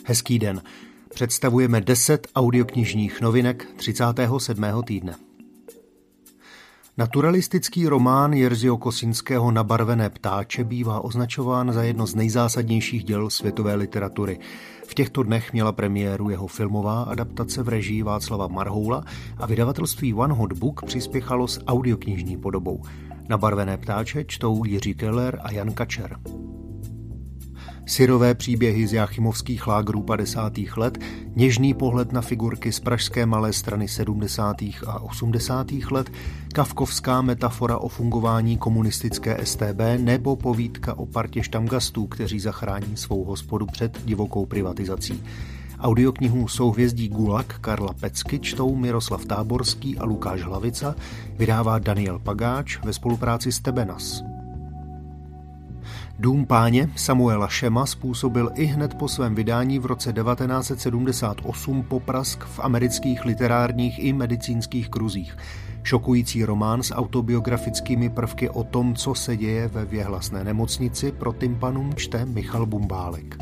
Hezký den. Představujeme 10 audioknižních novinek 37. týdne. Naturalistický román Jerzího Kosinského Nabarvené ptáče bývá označován za jedno z nejzásadnějších děl světové literatury. V těchto dnech měla premiéru jeho filmová adaptace v režii Václava Marhoula a vydavatelství One Hot Book přispěchalo s audioknižní podobou. Nabarvené ptáče čtou Jiří Keller a Jan Kačer. Syrové příběhy z jáchymovských lágrů 50. let, něžný pohled na figurky z pražské Malé Strany 70. a 80. let, kafkovská metafora o fungování komunistické StB nebo povídka o partě štamgastů, kteří zachrání svou hospodu před divokou privatizací. Audioknihu Souhvězdí Gulag Karla Pecky čtou Miroslav Táborský a Lukáš Hlavica, vydává Daniel Pagáč ve spolupráci s Tebenas. Dům páně Samuela Šema způsobil ihned po svém vydání v roce 1978 poprask v amerických literárních i medicínských kruzích. Šokující román s autobiografickými prvky o tom, co se děje ve věhlasné nemocnici, pro tympanum čte Michal Bumbálek.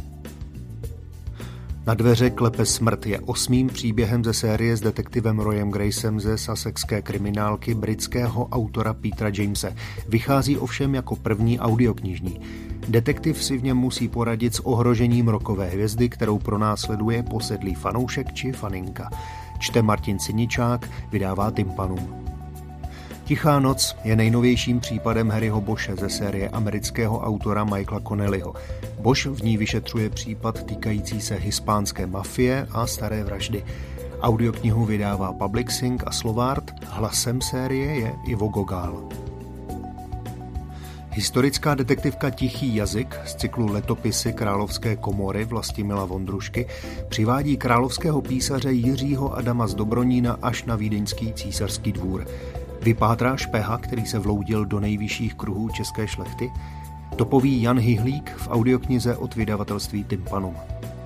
Na dveře klepe smrt je 8. příběhem ze série s detektivem Royem Gracem ze sussexské kriminálky britského autora Petera Jamese. Vychází ovšem jako první audioknižní. Detektiv si v něm musí poradit s ohrožením rockové hvězdy, kterou pronásleduje posedlý fanoušek či faninka. Čte Martin Siničák, vydává Tympanum. Tichá noc je nejnovějším případem Harryho Bosche ze série amerického autora Michaela Connellyho. Bosch v ní vyšetřuje případ týkající se hispánské mafie a staré vraždy. Audioknihu vydává Publixing a Slovart, hlasem série je Ivo Gogál. Historická detektivka Tichý jazyk z cyklu Letopisy královské komory Vlastimila Vondrušky přivádí královského písaře Jiřího Adama z Dobronína až na vídeňský císařský dvůr. Vypátrá špeha, který se vloudil do nejvyšších kruhů české šlechty? To poví Jan Hyhlík v audioknize od vydavatelství Tympanum.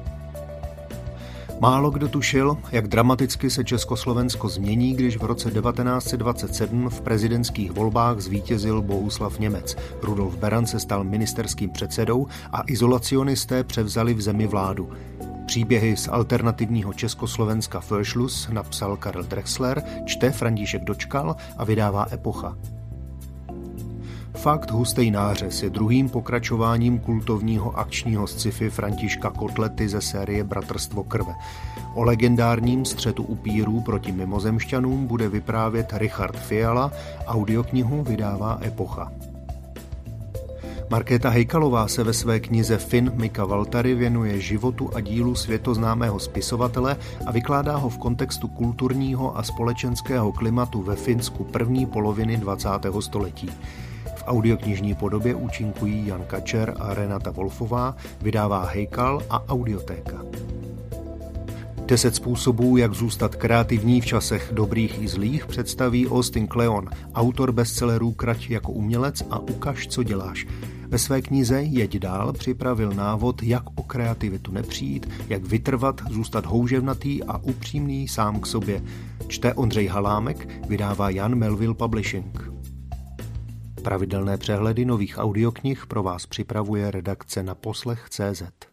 Málo kdo tušil, jak dramaticky se Československo změní, když v roce 1927 v prezidentských volbách zvítězil Bohuslav Němec. Rudolf Beran se stal ministerským předsedou a izolacionisté převzali v zemi vládu. Příběhy z alternativního Československa Förschluss napsal Karel Drexler, čte František Dočkal a vydává Epocha. Fakt hustej nářez je druhým pokračováním kultovního akčního sci-fi Františka Kotlety ze série Bratrstvo krve. O legendárním střetu upírů proti mimozemšťanům bude vyprávět Richard Fiala, audioknihu vydává Epocha. Markéta Hejkalová se ve své knize Fin Mika Valtary věnuje životu a dílu světoznámého spisovatele a vykládá ho v kontextu kulturního a společenského klimatu ve Finsku první poloviny 20. století. V audioknižní podobě účinkují Jan Kačer a Renata Wolfová, vydává Hejkal a Audiotéka. 10 způsobů, jak zůstat kreativní v časech dobrých i zlých, představí Austin Kleon, autor bestsellerů Krať jako umělec a Ukaž, co děláš. Ve své knize Jeď dál připravil návod, jak o kreativitu nepřijít, jak vytrvat, zůstat houževnatý a upřímný sám k sobě. Čte Ondřej Halámek, vydává Jan Melville Publishing. Pravidelné přehledy nových audioknih pro vás připravuje redakce na poslech.cz.